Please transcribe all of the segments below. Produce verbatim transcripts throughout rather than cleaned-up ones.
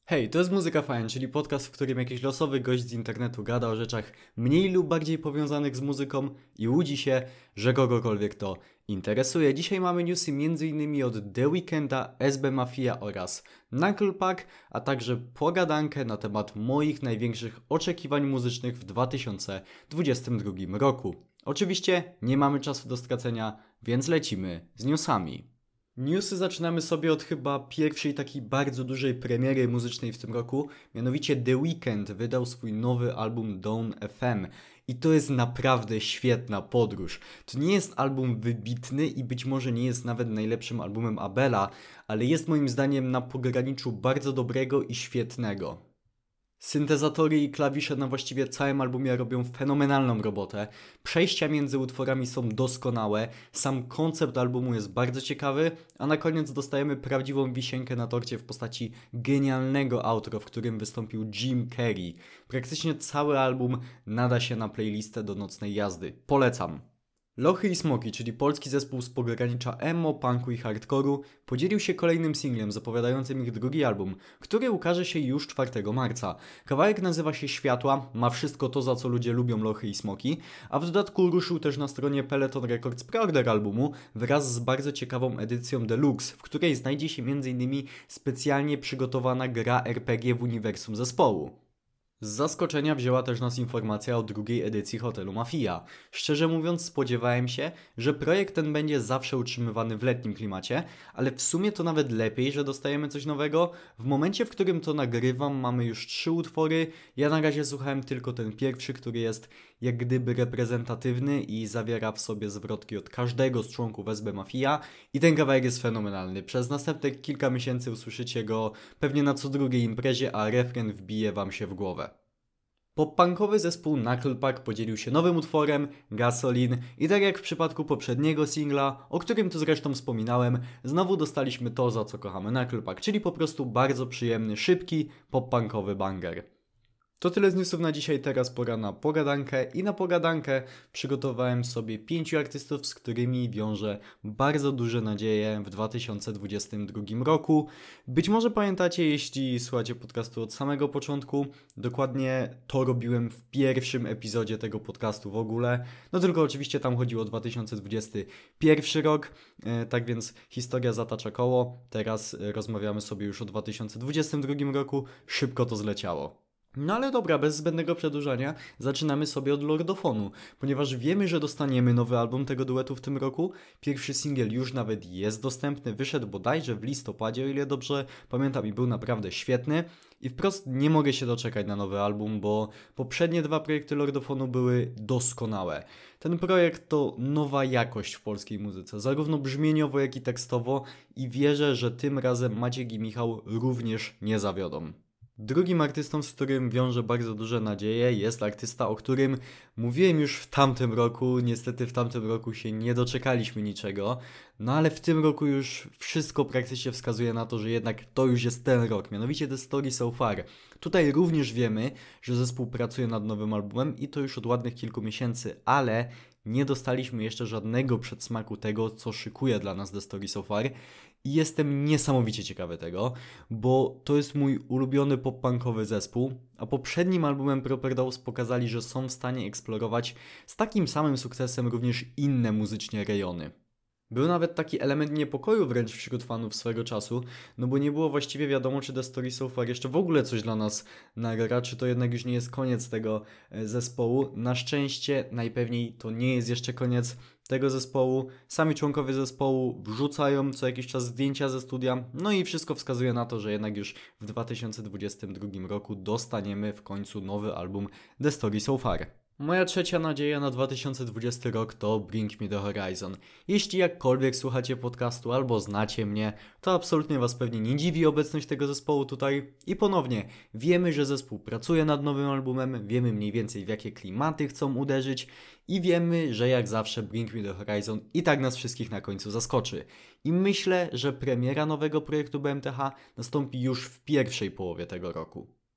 Hej, to jest Muzyka Fajna, czyli podcast, w którym jakiś losowy gość z internetu gada o rzeczach mniej lub bardziej powiązanych z muzyką i łudzi się, że kogokolwiek to interesuje. Dzisiaj mamy newsy m.in. od The Weeknda, S B Mafia oraz Knuckle Puck, a także pogadankę na temat moich największych oczekiwań muzycznych w dwa tysiące dwudziestym drugim roku. Oczywiście nie mamy czasu do stracenia, więc lecimy z newsami. Newsy zaczynamy sobie od chyba pierwszej takiej bardzo dużej premiery muzycznej w tym roku. Mianowicie The Weeknd wydał swój nowy album Dawn F M. I to jest naprawdę świetna podróż. To nie jest album wybitny i być może nie jest nawet najlepszym albumem Abela, ale jest moim zdaniem na pograniczu bardzo dobrego i świetnego. Syntezatory i klawisze na właściwie całym albumie robią fenomenalną robotę. Przejścia między utworami są doskonałe, sam koncept albumu jest bardzo ciekawy, a na koniec dostajemy prawdziwą wisienkę na torcie w postaci genialnego outro, w którym wystąpił Jim Carrey. Praktycznie cały album nada się na playlistę do nocnej jazdy. Polecam! Lochy i Smoki, czyli polski zespół z pogranicza emo, punku i hardkoru, podzielił się kolejnym singlem zapowiadającym ich drugi album, który ukaże się już czwartego marca. Kawałek nazywa się Światła, ma wszystko to, za co ludzie lubią Lochy i Smoki, a w dodatku ruszył też na stronie Peloton Records preorder albumu wraz z bardzo ciekawą edycją Deluxe, w której znajdzie się m.in. specjalnie przygotowana gra R P G w uniwersum zespołu. Z zaskoczenia wzięła też nas informacja o drugiej edycji Hotelu Mafia. Szczerze mówiąc, spodziewałem się, że projekt ten będzie zawsze utrzymywany w letnim klimacie, ale w sumie to nawet lepiej, że dostajemy coś nowego. W momencie, w którym to nagrywam, mamy już trzy utwory. Ja na razie słuchałem tylko ten pierwszy, który jest jak gdyby reprezentatywny i zawiera w sobie zwrotki od każdego z członków S B Mafia i ten kawałek jest fenomenalny. Przez następne kilka miesięcy usłyszycie go pewnie na co drugiej imprezie, a refren wbije wam się w głowę. Pop-punkowy zespół Knuckle Puck podzielił się nowym utworem, Gasoline, i tak jak w przypadku poprzedniego singla, o którym tu zresztą wspominałem, znowu dostaliśmy to, za co kochamy Knuckle Puck, czyli po prostu bardzo przyjemny, szybki, pop-punkowy banger. To tyle z newsów na dzisiaj, teraz pora na pogadankę i na pogadankę przygotowałem sobie pięciu artystów, z którymi wiążę bardzo duże nadzieje w dwa tysiące dwudziestym drugim roku. Być może pamiętacie, jeśli słuchacie podcastu od samego początku, dokładnie to robiłem w pierwszym epizodzie tego podcastu w ogóle, no tylko oczywiście tam chodziło o dwa tysiące dwudziesty pierwszy rok, e, tak więc historia zatacza koło, teraz rozmawiamy sobie już o dwa tysiące dwudziestym drugim roku, szybko to zleciało. No ale dobra, bez zbędnego przedłużania zaczynamy sobie od Lordofonu, ponieważ wiemy, że dostaniemy nowy album tego duetu w tym roku. Pierwszy singiel już nawet jest dostępny, wyszedł bodajże w listopadzie, o ile dobrze pamiętam, i był naprawdę świetny. I wprost nie mogę się doczekać na nowy album, bo poprzednie dwa projekty Lordofonu były doskonałe. Ten projekt to nowa jakość w polskiej muzyce, zarówno brzmieniowo, jak i tekstowo, i wierzę, że tym razem Maciek i Michał również nie zawiodą. Drugim artystą, z którym wiążę bardzo duże nadzieje, jest artysta, o którym mówiłem już w tamtym roku. Niestety w tamtym roku się nie doczekaliśmy niczego, no ale w tym roku już wszystko praktycznie wskazuje na to, że jednak to już jest ten rok, mianowicie The Story So Far. Tutaj również wiemy, że zespół pracuje nad nowym albumem i to już od ładnych kilku miesięcy, ale nie dostaliśmy jeszcze żadnego przedsmaku tego, co szykuje dla nas The Story So Far. I jestem niesamowicie ciekawy tego, bo to jest mój ulubiony pop-punkowy zespół, a poprzednim albumem Proper Dose pokazali, że są w stanie eksplorować z takim samym sukcesem również inne muzycznie rejony. Był nawet taki element niepokoju wręcz wśród fanów swego czasu, no bo nie było właściwie wiadomo, czy The Story So Far jeszcze w ogóle coś dla nas nagra, czy to jednak już nie jest koniec tego zespołu. Na szczęście najpewniej to nie jest jeszcze koniec tego zespołu. Sami członkowie zespołu wrzucają co jakiś czas zdjęcia ze studia, no i wszystko wskazuje na to, że jednak już w dwa tysiące dwudziestym drugim roku dostaniemy w końcu nowy album The Story So Far. Moja trzecia nadzieja na dwa tysiące dwudziesty rok to Bring Me The Horizon. Jeśli jakkolwiek słuchacie podcastu albo znacie mnie, to absolutnie Was pewnie nie dziwi obecność tego zespołu tutaj. I ponownie, wiemy, że zespół pracuje nad nowym albumem, wiemy mniej więcej w jakie klimaty chcą uderzyć i wiemy, że jak zawsze Bring Me The Horizon i tak nas wszystkich na końcu zaskoczy. I myślę, że premiera nowego projektu B M T H nastąpi już w pierwszej połowie tego roku.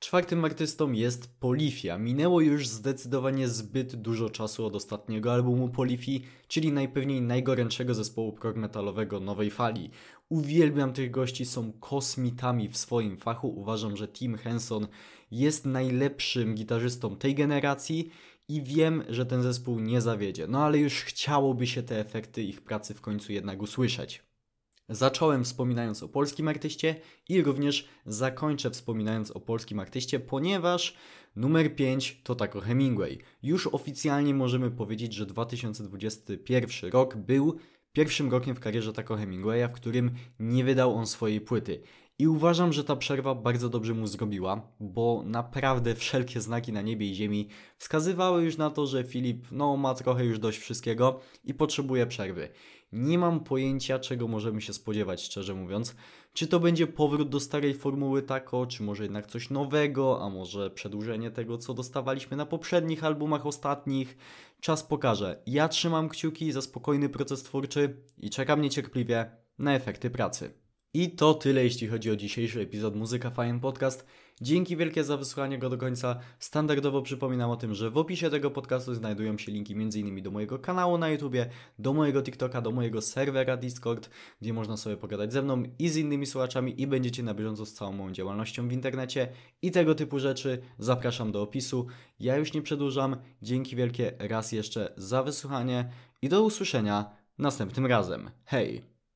Czwartym artystą jest Polyphia. Minęło już zdecydowanie zbyt dużo czasu od ostatniego albumu Polyphii, czyli najpewniej najgorętszego zespołu prog metalowego nowej fali. Uwielbiam tych gości, są kosmitami w swoim fachu. Uważam, że Tim Henson jest najlepszym gitarzystą tej generacji i wiem, że ten zespół nie zawiedzie. No ale już chciałoby się te efekty ich pracy w końcu jednak usłyszeć. Zacząłem wspominając o polskim artyście i również zakończę wspominając o polskim artyście, ponieważ numer pięć to Taco Hemingway. Już oficjalnie możemy powiedzieć, że dwa tysiące dwudziesty pierwszy rok był pierwszym rokiem w karierze Taco Hemingwaya, w którym nie wydał on swojej płyty. I uważam, że ta przerwa bardzo dobrze mu zrobiła, bo naprawdę wszelkie znaki na niebie i ziemi wskazywały już na to, że Filip no, ma trochę już dość wszystkiego i potrzebuje przerwy. Nie mam pojęcia, czego możemy się spodziewać, szczerze mówiąc. Czy to będzie powrót do starej formuły Taco, czy może jednak coś nowego, a może przedłużenie tego, co dostawaliśmy na poprzednich albumach ostatnich. Czas pokaże. Ja trzymam kciuki za spokojny proces twórczy i czekam niecierpliwie na efekty pracy. I to tyle, jeśli chodzi o dzisiejszy epizod Muzyka Fajn Podcast. Dzięki wielkie za wysłuchanie go do końca. Standardowo przypominam o tym, że w opisie tego podcastu znajdują się linki m.in. do mojego kanału na YouTubie, do mojego TikToka, do mojego serwera Discord, gdzie można sobie pogadać ze mną i z innymi słuchaczami i będziecie na bieżąco z całą moją działalnością w internecie i tego typu rzeczy. Zapraszam do opisu. Ja już nie przedłużam. Dzięki wielkie raz jeszcze za wysłuchanie i do usłyszenia następnym razem. Hej!